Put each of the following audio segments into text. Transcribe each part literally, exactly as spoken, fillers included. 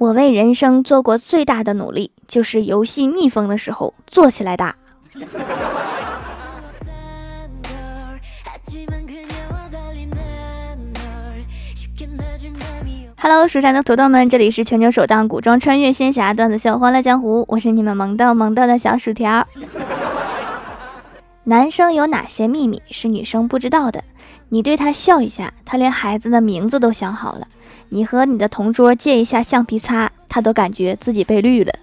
我为人生做过最大的努力，就是游戏逆风的时候坐起来打。Hello， 蜀山的土豆们，这里是全球首档古装穿越仙侠段子秀《欢乐江湖》，我是你们萌豆萌豆的小薯条。男生有哪些秘密是女生不知道的？你对他笑一下，他连孩子的名字都想好了。你和你的同桌借一下橡皮擦，他都感觉自己被绿了。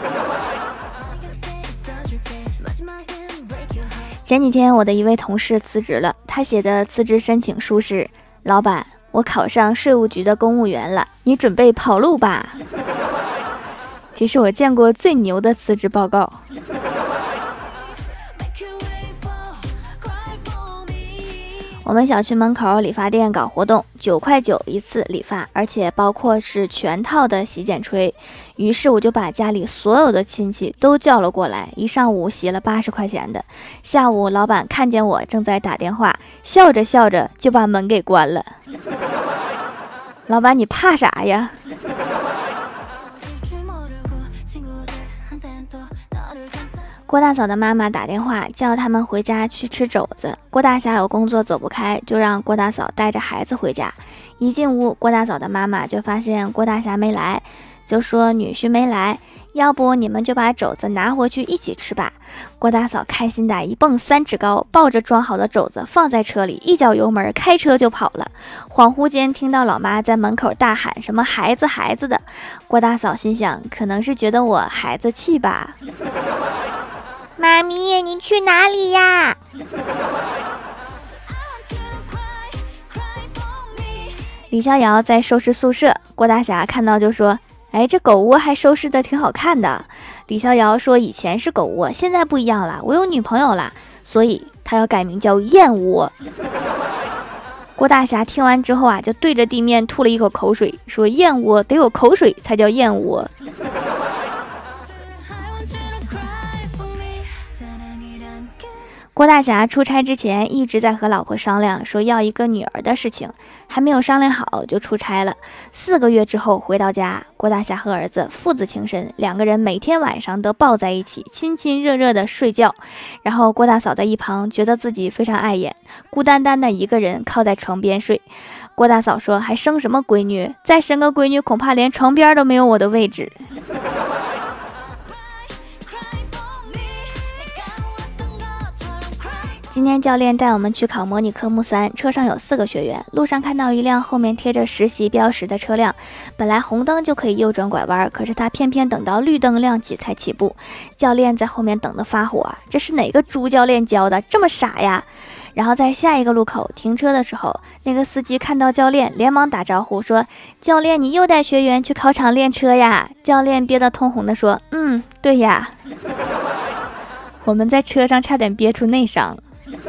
前几天我的一位同事辞职了，他写的辞职申请书是：老板，我考上税务局的公务员了，你准备跑路吧。这是我见过最牛的辞职报告。我们小区门口理发店搞活动，九块九一次理发，而且包括是全套的洗剪吹。于是我就把家里所有的亲戚都叫了过来，一上午洗了八十块钱的。下午老板看见我正在打电话，笑着笑着就把门给关了。老板，你怕啥呀？郭大嫂的妈妈打电话叫他们回家去吃肘子，郭大侠有工作走不开，就让郭大嫂带着孩子回家。一进屋，郭大嫂的妈妈就发现郭大侠没来，就说女婿没来，要不你们就把肘子拿回去一起吃吧。郭大嫂开心的一蹦三尺高，抱着装好的肘子放在车里，一脚油门开车就跑了。恍惚间听到老妈在门口大喊什么孩子孩子的，郭大嫂心想可能是觉得我孩子气吧。妈咪，你去哪里呀？李逍遥在收拾宿舍，郭大侠看到就说：哎，这狗窝还收拾的挺好看的。李逍遥说：以前是狗窝，现在不一样了，我有女朋友了，所以他要改名叫燕窝。郭大侠听完之后啊，就对着地面吐了一口口水，说：燕窝得有口水才叫燕窝。郭大侠出差之前一直在和老婆商量，说要一个女儿的事情，还没有商量好就出差了。四个月之后回到家，郭大侠和儿子父子情深，两个人每天晚上都抱在一起，亲亲热热的睡觉。然后郭大嫂在一旁觉得自己非常碍眼，孤单单的一个人靠在床边睡。郭大嫂说：还生什么闺女？再生个闺女恐怕连床边都没有我的位置。今天教练带我们去考模拟科目三，车上有四个学员。路上看到一辆后面贴着实习标识的车辆，本来红灯就可以右转拐弯，可是他偏偏等到绿灯亮起才起步。教练在后面等得发火，这是哪个猪教练教的？这么傻呀！然后在下一个路口停车的时候，那个司机看到教练，连忙打招呼说：教练，你又带学员去考场练车呀？教练憋得通红的说：嗯，对呀。我们在车上差点憋出内伤。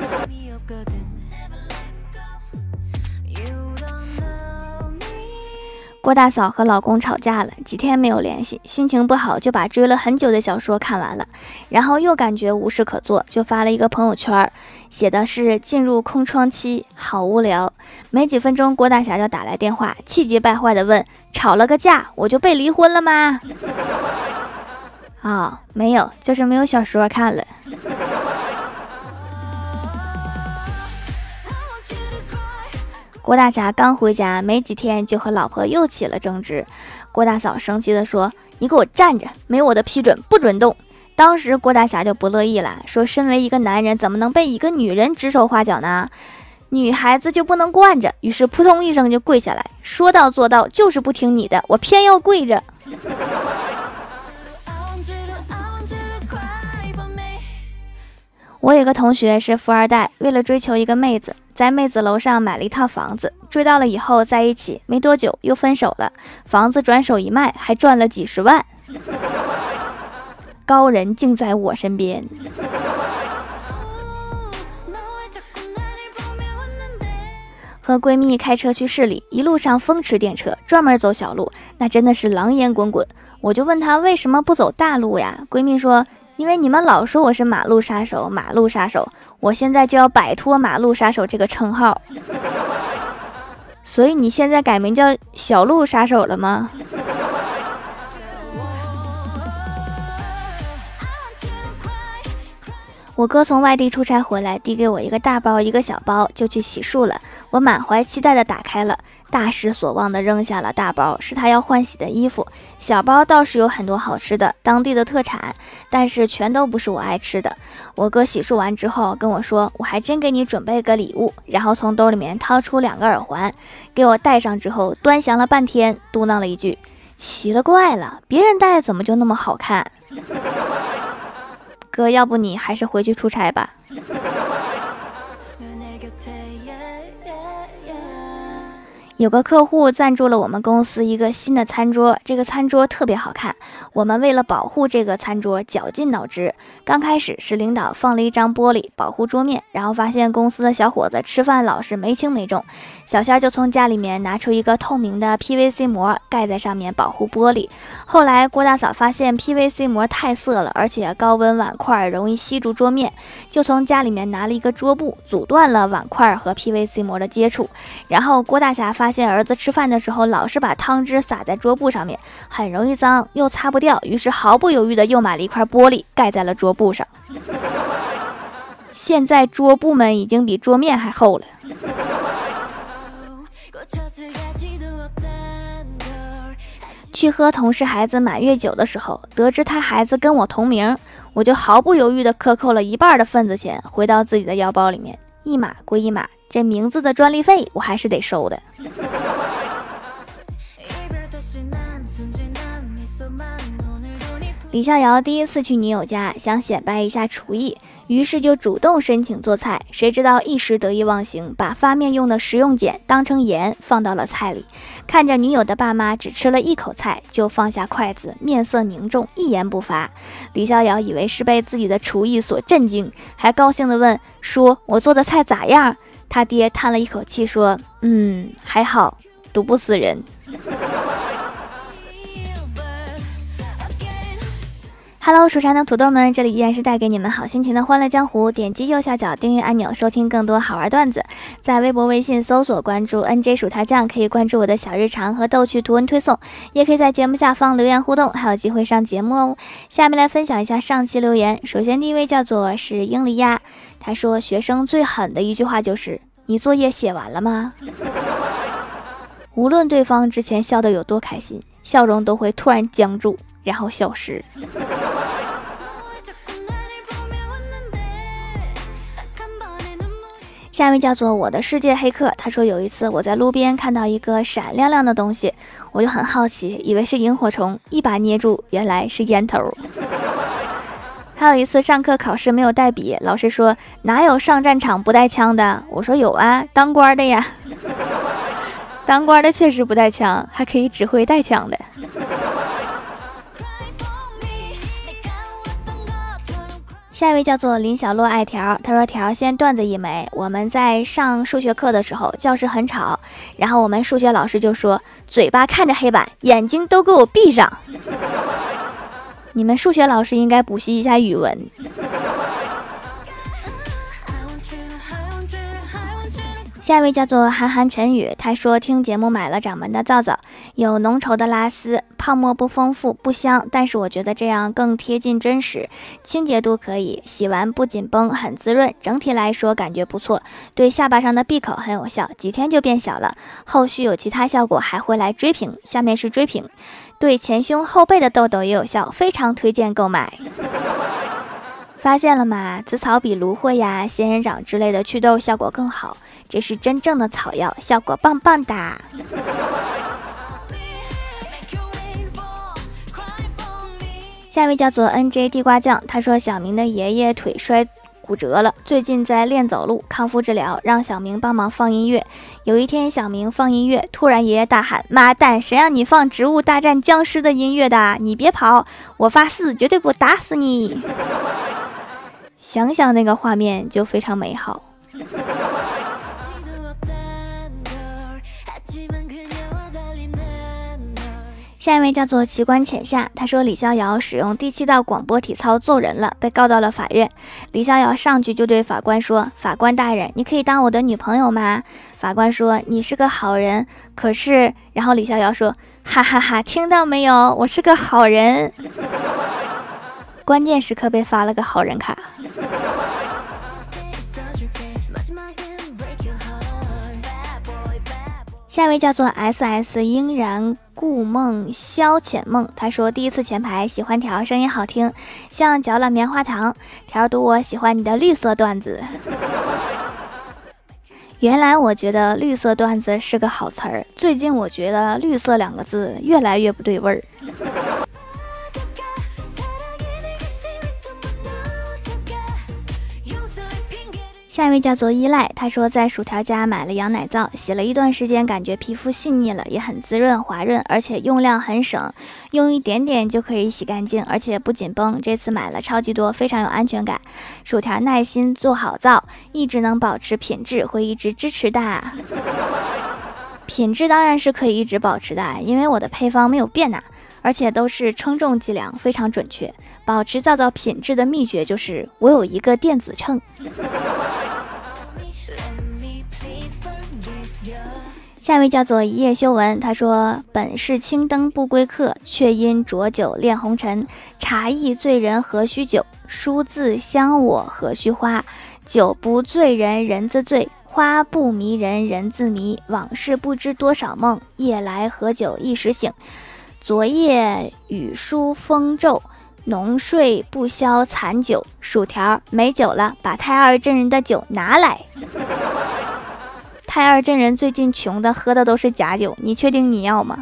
郭大嫂和老公吵架了，几天没有联系，心情不好，就把追了很久的小说看完了，然后又感觉无事可做，就发了一个朋友圈，写的是进入空窗期，好无聊。没几分钟，郭大侠就打来电话，气急败坏的问：吵了个架我就被离婚了吗？啊、哦，没有，就是没有小说看了。郭大侠刚回家没几天，就和老婆又起了争执。郭大嫂生气地说：你给我站着，没有我的批准不准动。当时郭大侠就不乐意了，说身为一个男人怎么能被一个女人指手画脚呢？女孩子就不能惯着。于是扑通一声就跪下来，说到做到，就是不听你的，我偏要跪着。我有个同学是富二代，为了追求一个妹子，在妹子楼上买了一套房子，追到了以后在一起，没多久又分手了，房子转手一卖，还赚了几十万。高人竟在我身边。和闺蜜开车去市里，一路上风驰电掣，专门走小路，那真的是狼烟滚滚。我就问她为什么不走大路呀？闺蜜说：因为你们老说我是马路杀手，马路杀手，我现在就要摆脱马路杀手这个称号。所以你现在改名叫小路杀手了吗？ 我哥从外地出差回来，递给我一个大包一个小包，就去洗漱了。我满怀期待的打开了，大失所望的扔下了大包，是他要换洗的衣服。小包倒是有很多好吃的，当地的特产，但是全都不是我爱吃的。我哥洗漱完之后跟我说，我还真给你准备个礼物，然后从兜里面掏出两个耳环，给我戴上之后端详了半天，嘟囔了一句，奇了怪了，别人戴怎么就那么好看？哥，要不你还是回去出差吧。有个客户赞助了我们公司一个新的餐桌，这个餐桌特别好看，我们为了保护这个餐桌绞尽脑汁。刚开始是领导放了一张玻璃保护桌面，然后发现公司的小伙子吃饭老是没轻没重，小仙就从家里面拿出一个透明的 P V C 膜盖在上面保护玻璃。后来郭大嫂发现 P V C 膜太涩了，而且高温碗筷容易吸住桌面，就从家里面拿了一个桌布阻断了碗筷和 P V C 膜的接触。然后郭大侠发现儿子吃饭的时候老是把汤汁洒在桌布上面，很容易脏又擦不掉，于是毫不犹豫的又买了一块玻璃盖在了桌布上。现在桌布们已经比桌面还厚了。去喝同事孩子满月酒的时候，得知他孩子跟我同名，我就毫不犹豫的克扣了一半的份子钱回到自己的腰包里面，一码归一码，这名字的专利费我还是得收的。李逍遥第一次去女友家，想显摆一下厨艺，于是就主动申请做菜，谁知道一时得意忘形，把发面用的食用碱当成盐放到了菜里。看着女友的爸妈只吃了一口菜就放下筷子，面色凝重，一言不发。李逍遥以为是被自己的厨艺所震惊，还高兴地问，说我做的菜咋样？他爹叹了一口气说，嗯，还好，毒不死人。Hello， 蜀山的土豆们，这里依然是带给你们好心情的欢乐江湖。点击右下角订阅按钮，收听更多好玩段子。在微博、微信搜索关注 N J 薯条酱，可以关注我的小日常和逗趣图文推送，也可以在节目下方留言互动，还有机会上节目哦。下面来分享一下上期留言。首先第一位叫做是英利亚，他说学生最狠的一句话就是你作业写完了吗？无论对方之前笑得有多开心，笑容都会突然僵住然后消失。下面叫做我的世界黑客，他说有一次我在路边看到一个闪亮亮的东西，我就很好奇，以为是萤火虫，一把捏住，原来是烟头。还有一次上课考试没有带笔，老师说哪有上战场不带枪的，我说有啊，当官的呀。当官的确实不带枪，还可以指挥带枪的。下一位叫做林小洛爱条，他说条先段子一枚，我们在上数学课的时候教室很吵，然后我们数学老师就说嘴巴看着黑板，眼睛都给我闭上。你们数学老师应该补习一下语文。下一位叫做韩寒陈宇，他说听节目买了掌门的皂皂，有浓稠的拉丝，泡沫不丰富不香，但是我觉得这样更贴近真实，清洁度可以，洗完不紧绷，很滋润，整体来说感觉不错，对下巴上的闭口很有效，几天就变小了，后续有其他效果还会来追评。下面是追评，对前胸后背的痘痘也有效，非常推荐购买。发现了吗？紫草比芦荟呀、仙人掌之类的祛痘效果更好，这是真正的草药，效果棒棒的。下一位叫做 N J 地瓜酱，他说小明的爷爷腿摔骨折了，最近在练走路，康复治疗，让小明帮忙放音乐。有一天小明放音乐，突然爷爷大喊，妈蛋，谁让你放植物大战僵尸的音乐的？你别跑，我发誓绝对不打死你。想想那个画面就非常美好。下一位叫做奇观浅夏，他说李逍遥使用第七道广播体操揍人了，被告到了法院。李逍遥上去就对法官说，法官大人，你可以当我的女朋友吗？法官说，你是个好人，可是，然后李逍遥说，哈哈哈，听到没有，我是个好人。关键时刻被发了个好人卡。 下一位叫做 S S 应然故梦消遣梦，他说第一次前排，喜欢条，声音好听，像嚼了棉花糖。条读我喜欢你的绿色段子。原来我觉得绿色段子是个好词儿，最近我觉得绿色两个字越来越不对味儿。下一位叫做依赖，他说在薯条家买了羊奶皂，洗了一段时间，感觉皮肤细腻了，也很滋润滑润，而且用量很省，用一点点就可以洗干净，而且不紧绷。这次买了超级多，非常有安全感。薯条耐心做好皂，一直能保持品质，会一直支持的。品质当然是可以一直保持的，因为我的配方没有变呐，而且都是称重计量，非常准确。保持皂皂品质的秘诀就是我有一个电子秤。下一位叫做一夜修文，他说本是青灯不归客，却因浊酒恋红尘。茶意醉人何须酒，书自香我何须花。酒不醉人人自醉，花不迷人人自迷。往事不知多少梦，夜来合酒一时醒。昨夜雨疏风骤，浓睡不消残酒。薯条没酒了，把太二真人的酒拿来。太二真人最近穷的喝的都是假酒，你确定你要吗？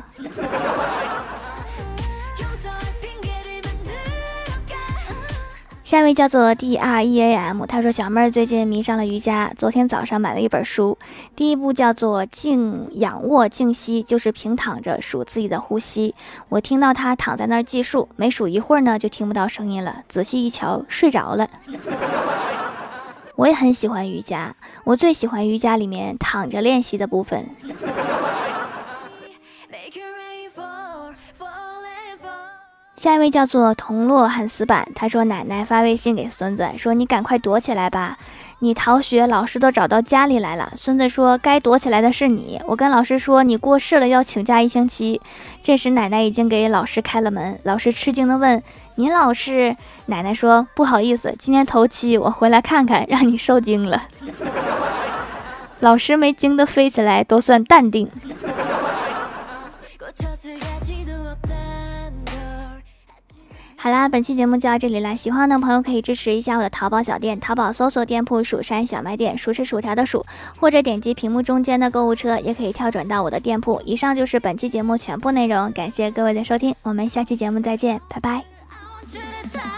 下一位叫做 D R E A M， 他说小妹儿最近迷上了瑜伽，昨天早上买了一本书，第一部叫做静仰卧静息，就是平躺着数自己的呼吸。我听到他躺在那儿计数，没数一会儿呢就听不到声音了，仔细一瞧睡着了。我也很喜欢瑜伽，我最喜欢瑜伽里面躺着练习的部分。下一位叫做同洛很死板，他说奶奶发微信给孙子说你赶快躲起来吧，你逃学老师都找到家里来了。孙子说该躲起来的是你，我跟老师说你过世了要请假一星期。这时奶奶已经给老师开了门，老师吃惊的问您老师？奶奶说不好意思，今天头七，我回来看看，让你受惊了。老师没惊得飞起来都算淡定。好啦，本期节目就到这里了，喜欢的朋友可以支持一下我的淘宝小店，淘宝搜索店铺蜀山小卖店，蜀是薯条的蜀，或者点击屏幕中间的购物车，也可以跳转到我的店铺。以上就是本期节目全部内容，感谢各位的收听，我们下期节目再见，拜拜。